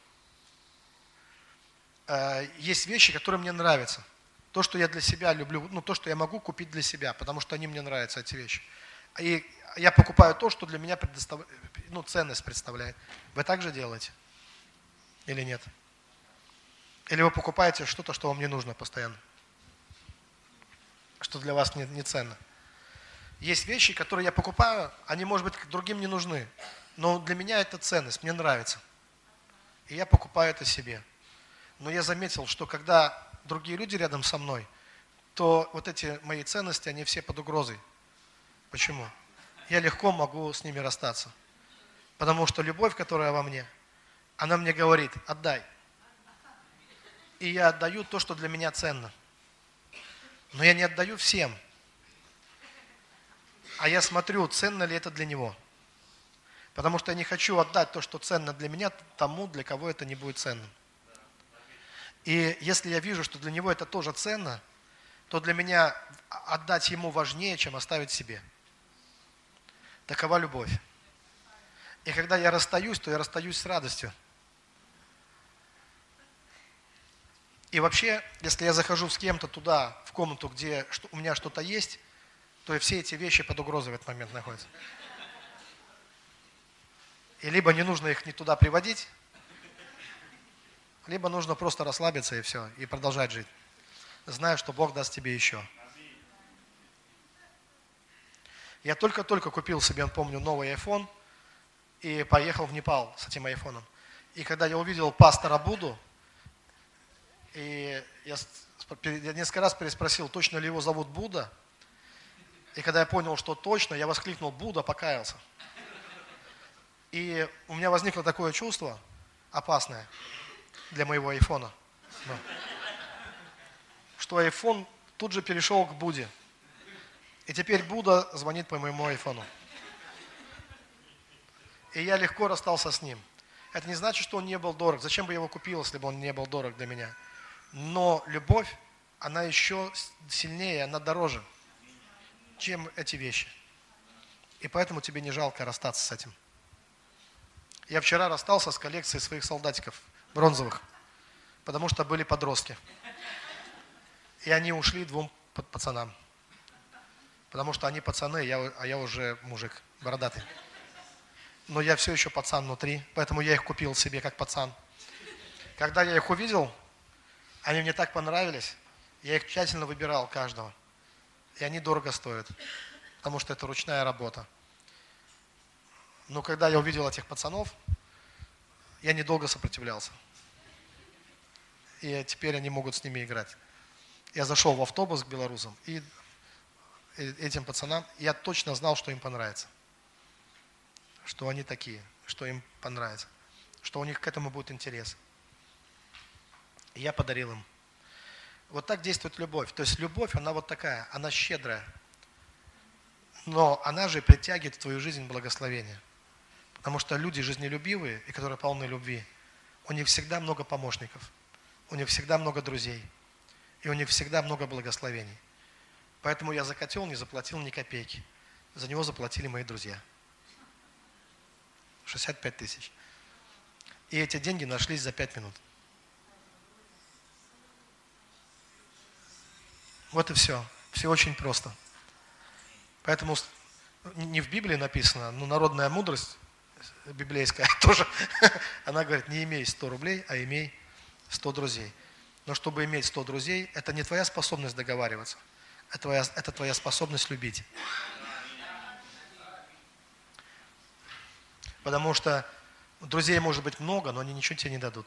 Есть вещи, которые мне нравятся. То, что я для себя люблю, ну то, что я могу купить для себя, потому что они мне нравятся, эти вещи. И я покупаю то, что для меня предостав... ну, ценность представляет. Вы так же делаете? Или нет? Или вы покупаете что-то, что вам не нужно постоянно? Что для вас не, не ценно? Есть вещи, которые я покупаю, они, может быть, другим не нужны. Но для меня это ценность, мне нравится. И я покупаю это себе. Но я заметил, что когда другие люди рядом со мной, то вот эти мои ценности, они все под угрозой. Почему? Я легко могу с ними расстаться. Потому что любовь, которая во мне, она мне говорит, отдай. И я отдаю то, что для меня ценно. Но я не отдаю всем. А я смотрю, ценно ли это для него. Потому что я не хочу отдать то, что ценно для меня, тому, для кого это не будет ценным. И если я вижу, что для него это тоже ценно, то для меня отдать ему важнее, чем оставить себе. Такова любовь. И когда я расстаюсь, то я расстаюсь с радостью. И вообще, если я захожу с кем-то туда, в комнату, где у меня что-то есть, то и все эти вещи под угрозой в этот момент находятся. И либо не нужно их не туда приводить, либо нужно просто расслабиться и все, и продолжать жить, зная, что Бог даст тебе еще. Я только-только купил себе, помню, новый iPhone и поехал в Непал с этим айфоном. И когда я увидел пастора Будду, и я, я несколько раз переспросил, точно ли его зовут Будда, и когда я понял, что точно, я воскликнул: «Будда покаялся». И у меня возникло такое чувство опасное для моего айфона, что айфон тут же перешел к Будде. И теперь Будда звонит по моему айфону. И я легко расстался с ним. Это не значит, что он не был дорог. Зачем бы я его купил, если бы он не был дорог для меня? Но любовь, она еще сильнее, она дороже, чем эти вещи. И поэтому тебе не жалко расстаться с этим. Я вчера расстался с коллекцией своих солдатиков бронзовых, потому что были подростки. И они ушли двум пацанам. Потому что они пацаны, я, а я уже мужик, бородатый. Но я все еще пацан внутри, поэтому я их купил себе как пацан. Когда я их увидел, они мне так понравились, я их тщательно выбирал каждого. И они дорого стоят, потому что это ручная работа. Но когда я увидел этих пацанов, я недолго сопротивлялся. И теперь они могут с ними играть. Я зашел в автобус к белорусам, и этим пацанам, я точно знал, что им понравится. Что они такие, что им понравится. Что у них к этому будет интерес. И я подарил им. Вот так действует любовь. То есть любовь, она вот такая, она щедрая. Но она же притягивает в твою жизнь благословение. Потому что люди жизнелюбивые, и которые полны любви, у них всегда много помощников. У них всегда много друзей. И у них всегда много благословений. Поэтому я за котел не заплатил ни копейки. За него заплатили мои друзья. шестьдесят пять тысяч. И эти деньги нашлись за пять минут. Вот и все. Все очень просто. Поэтому не в Библии написано, но народная мудрость библейская тоже, она говорит, не имей сто рублей, а имей сто друзей. Но чтобы иметь сто друзей, это не твоя способность договариваться, это твоя, это твоя способность любить. Потому что друзей может быть много, но они ничего тебе не дадут.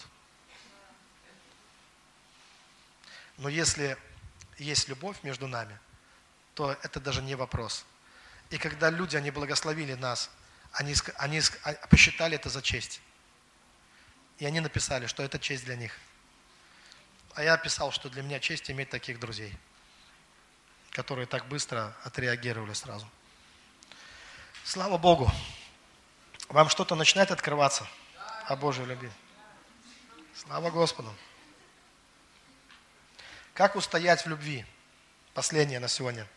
Но если есть любовь между нами, то это даже не вопрос. И когда люди, они благословили нас, они, они посчитали это за честь. И они написали, что это честь для них. А я писал, что для меня честь иметь таких друзей, которые так быстро отреагировали сразу. Слава Богу! Вам что-то начинает открываться о Божьей любви. Слава Господу! Как устоять в любви? Последнее на сегодня.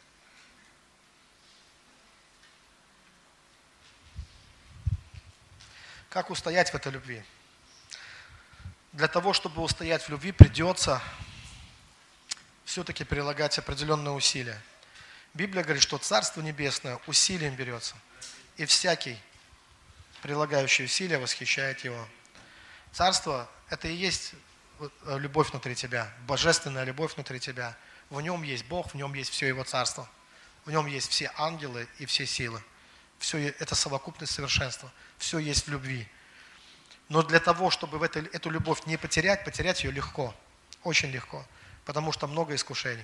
Как устоять в этой любви? Для того, чтобы устоять в любви, придется все-таки прилагать определенные усилия. Библия говорит, что Царство Небесное усилием берется, и всякий, прилагающий усилия, восхищает его. Царство – это и есть любовь внутри тебя, божественная любовь внутри тебя. В нем есть Бог, в нем есть все Его Царство. В нем есть все ангелы и все силы. Все это совокупность совершенства. Все есть в любви. Но для того, чтобы в этой, эту любовь не потерять, потерять ее легко. Очень легко. Потому что много искушений.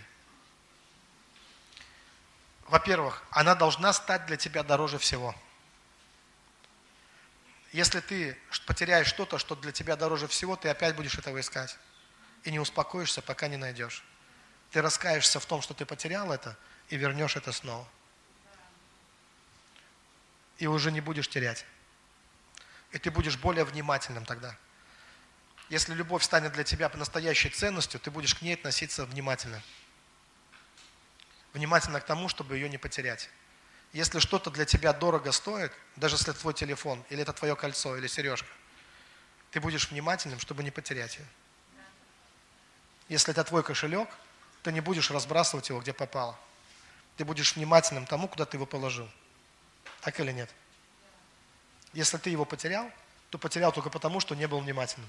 Во-первых, она должна стать для тебя дороже всего. Если ты потеряешь что-то, что для тебя дороже всего, ты опять будешь этого искать. И не успокоишься, пока не найдешь. Ты раскаешься в том, что ты потерял это, и вернешь это снова. И уже не будешь терять. И ты будешь более внимательным тогда. Если любовь станет для тебя настоящей ценностью, ты будешь к ней относиться внимательно. Внимательно к тому, чтобы ее не потерять. Если что-то для тебя дорого стоит, даже если это твой телефон, или это твое кольцо, или сережка, ты будешь внимательным, чтобы не потерять ее. Если это твой кошелек, ты не будешь разбрасывать его, где попало. Ты будешь внимательным тому, куда ты его положил. Так или нет? Если ты его потерял, то потерял только потому, что не был внимательным.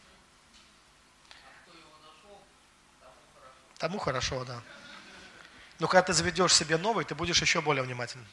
Тому хорошо, да. Но когда ты заведешь себе новый, ты будешь еще более внимательным.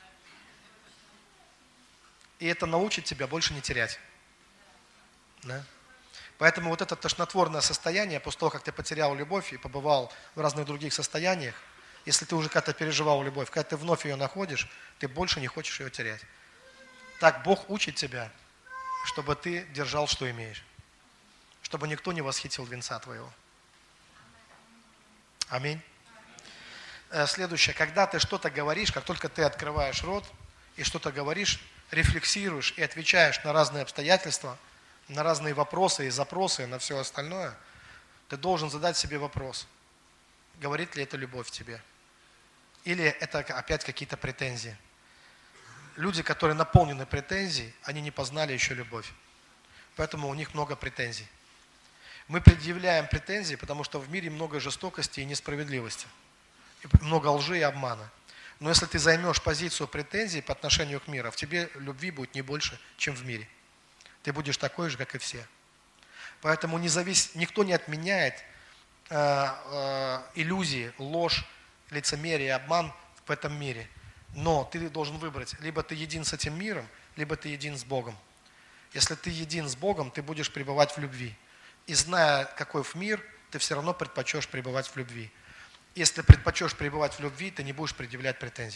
И это научит тебя больше не терять. Да? Поэтому вот это тошнотворное состояние, после того, как ты потерял любовь и побывал в разных других состояниях, если ты уже когда-то переживал любовь, когда ты вновь ее находишь, ты больше не хочешь ее терять. Так Бог учит тебя, чтобы ты держал, что имеешь. Чтобы никто не восхитил венца твоего. Аминь. Следующее. Когда ты что-то говоришь, как только ты открываешь рот и что-то говоришь, рефлексируешь и отвечаешь на разные обстоятельства, на разные вопросы и запросы, на все остальное, ты должен задать себе вопрос, говорит ли это любовь в тебе? Или это опять какие-то претензии? Люди, которые наполнены претензией, они не познали еще любовь. Поэтому у них много претензий. Мы предъявляем претензии, потому что в мире много жестокости и несправедливости. И много лжи и обмана. Но если ты займешь позицию претензий по отношению к миру, в тебе любви будет не больше, чем в мире. Ты будешь такой же, как и все. Поэтому не завис... никто не отменяет э, э, иллюзии, ложь, лицемерие, обман в этом мире. Но ты должен выбрать, либо ты един с этим миром, либо ты един с Богом. Если ты един с Богом, ты будешь пребывать в любви. И зная, какой мир, ты все равно предпочешь пребывать в любви. Если предпочешь пребывать в любви, ты не будешь предъявлять претензий.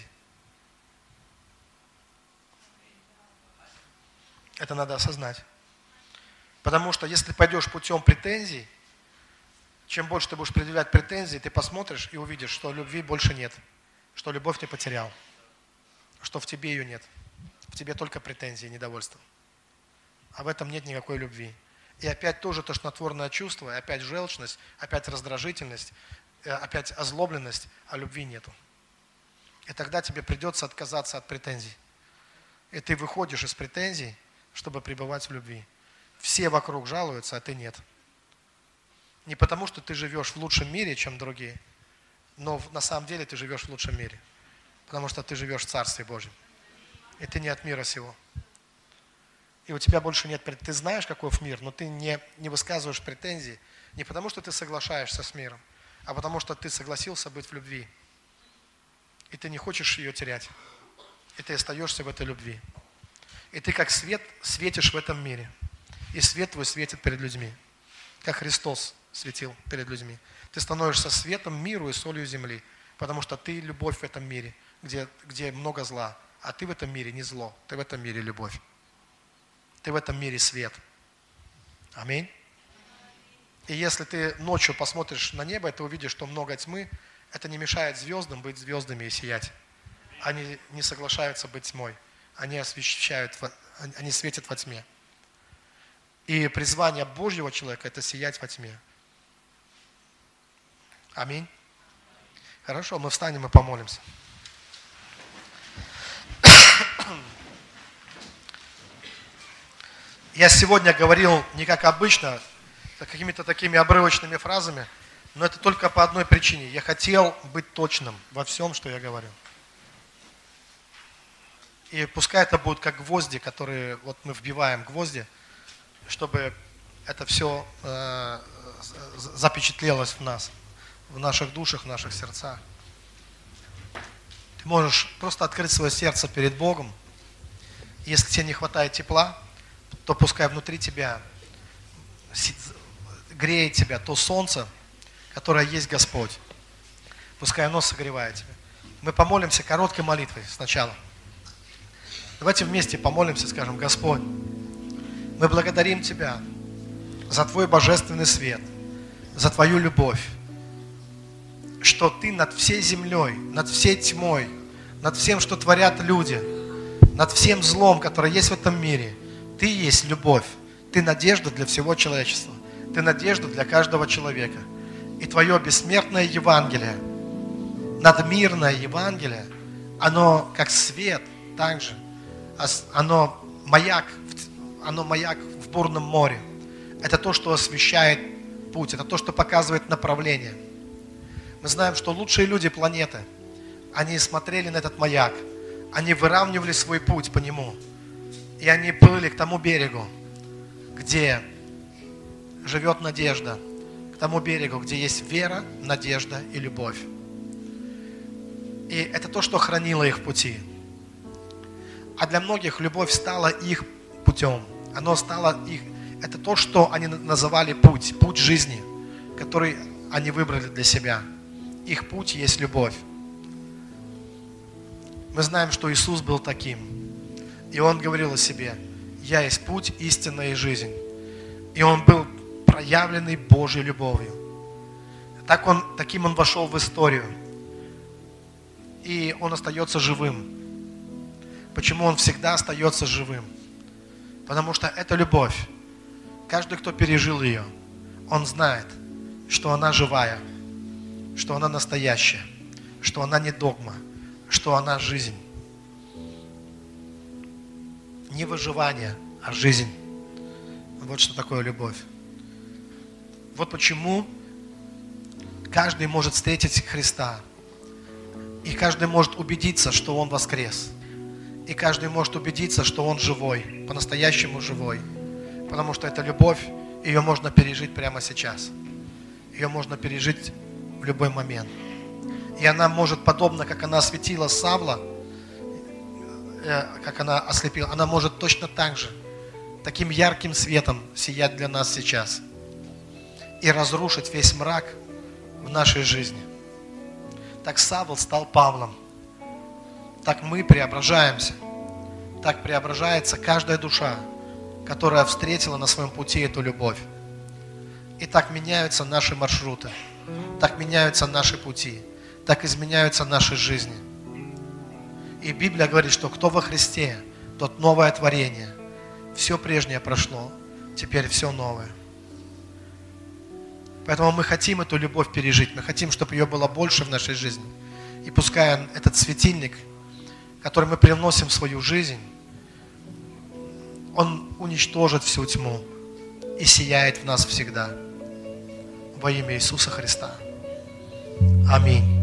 Это надо осознать. Потому что если ты пойдешь путем претензий, чем больше ты будешь предъявлять претензий, ты посмотришь и увидишь, что любви больше нет, что любовь ты потерял, что в тебе ее нет. В тебе только претензии, недовольство. А в этом нет никакой любви. И опять тоже тошнотворное чувство, и опять желчность, опять раздражительность, опять озлобленность, а любви нету. И тогда тебе придется отказаться от претензий. И ты выходишь из претензий, чтобы пребывать в любви. Все вокруг жалуются, а ты нет. Не потому, что ты живешь в лучшем мире, чем другие, но на самом деле ты живешь в лучшем мире. Потому что ты живешь в Царстве Божьем. И ты не от мира сего. И у тебя больше нет претензий. Ты знаешь, каков мир, но ты не, не высказываешь претензий не потому, что ты соглашаешься с миром, а потому, что ты согласился быть в любви. И ты не хочешь ее терять. И ты остаешься в этой любви. И ты как свет светишь в этом мире. И свет твой светит перед людьми. Как Христос светил перед людьми. Ты становишься светом миру и солью земли. Потому что ты любовь в этом мире, где, где много зла. А ты в этом мире не зло. Ты в этом мире любовь. Ты в этом мире свет. Аминь. И если ты ночью посмотришь на небо, ты увидишь, что много тьмы. Это не мешает звездам быть звездами и сиять. Они не соглашаются быть тьмой. Они освещают, они светят во тьме. И призвание Божьего человека – это сиять во тьме. Аминь. Хорошо, мы встанем и помолимся. Я сегодня говорил не как обычно, какими-то такими обрывочными фразами, но это только по одной причине. Я хотел быть точным во всем, что я говорю. И пускай это будут как гвозди, которые вот мы вбиваем гвозди, чтобы это все э, запечатлелось в нас, в наших душах, в наших сердцах. Ты можешь просто открыть свое сердце перед Богом. Если тебе не хватает тепла, то пускай внутри тебя греет тебя то солнце, которое есть Господь. Пускай оно согревает тебя. Мы помолимся короткой молитвой сначала. Давайте вместе помолимся, скажем: Господь, мы благодарим Тебя за Твой божественный свет, за Твою любовь, что Ты над всей землей, над всей тьмой, над всем, что творят люди, над всем злом, которое есть в этом мире. Ты есть любовь, Ты надежда для всего человечества, Ты надежда для каждого человека. И Твое бессмертное Евангелие, надмирное Евангелие, оно как свет также, оно маяк, оно маяк в бурном море. Это то, что освещает путь, это то, что показывает направление. Мы знаем, что лучшие люди планеты, они смотрели на этот маяк, они выравнивали свой путь по нему, и они плыли к тому берегу, где живет надежда, к тому берегу, где есть вера, надежда и любовь. И это то, что хранило их пути. А для многих любовь стала их путем. Оно стало их... Это то, что они называли путь, путь жизни, который они выбрали для себя. Их путь есть любовь. Мы знаем, что Иисус был таким. И Он говорил о себе: «Я есть путь, истина и жизнь». И Он был проявленный Божьей любовью. Так он, таким он вошел в историю. И он остается живым. Почему он всегда остается живым? Потому что это любовь. Каждый, кто пережил ее, он знает, что она живая, что она настоящая, что она не догма, что она жизнь. Не выживание, а жизнь. Вот что такое любовь. Вот почему каждый может встретить Христа. И каждый может убедиться, что Он воскрес. И каждый может убедиться, что Он живой, по-настоящему живой. Потому что эта любовь, ее можно пережить прямо сейчас. Ее можно пережить в любой момент. И она может, подобно как она осветила Савла, как она ослепила, она может точно так же, таким ярким светом сиять для нас сейчас. И разрушить весь мрак в нашей жизни. Так Савл стал Павлом. Так мы преображаемся. Так преображается каждая душа, которая встретила на своем пути эту любовь. И так меняются наши маршруты. Так меняются наши пути. Так изменяются наши жизни. И Библия говорит, что кто во Христе, тот новое творение. Все прежнее прошло, теперь все новое. Поэтому мы хотим эту любовь пережить. Мы хотим, чтобы ее было больше в нашей жизни. И пускай этот светильник, который мы привносим в свою жизнь, он уничтожит всю тьму и сияет в нас всегда. Во имя Иисуса Христа. Аминь.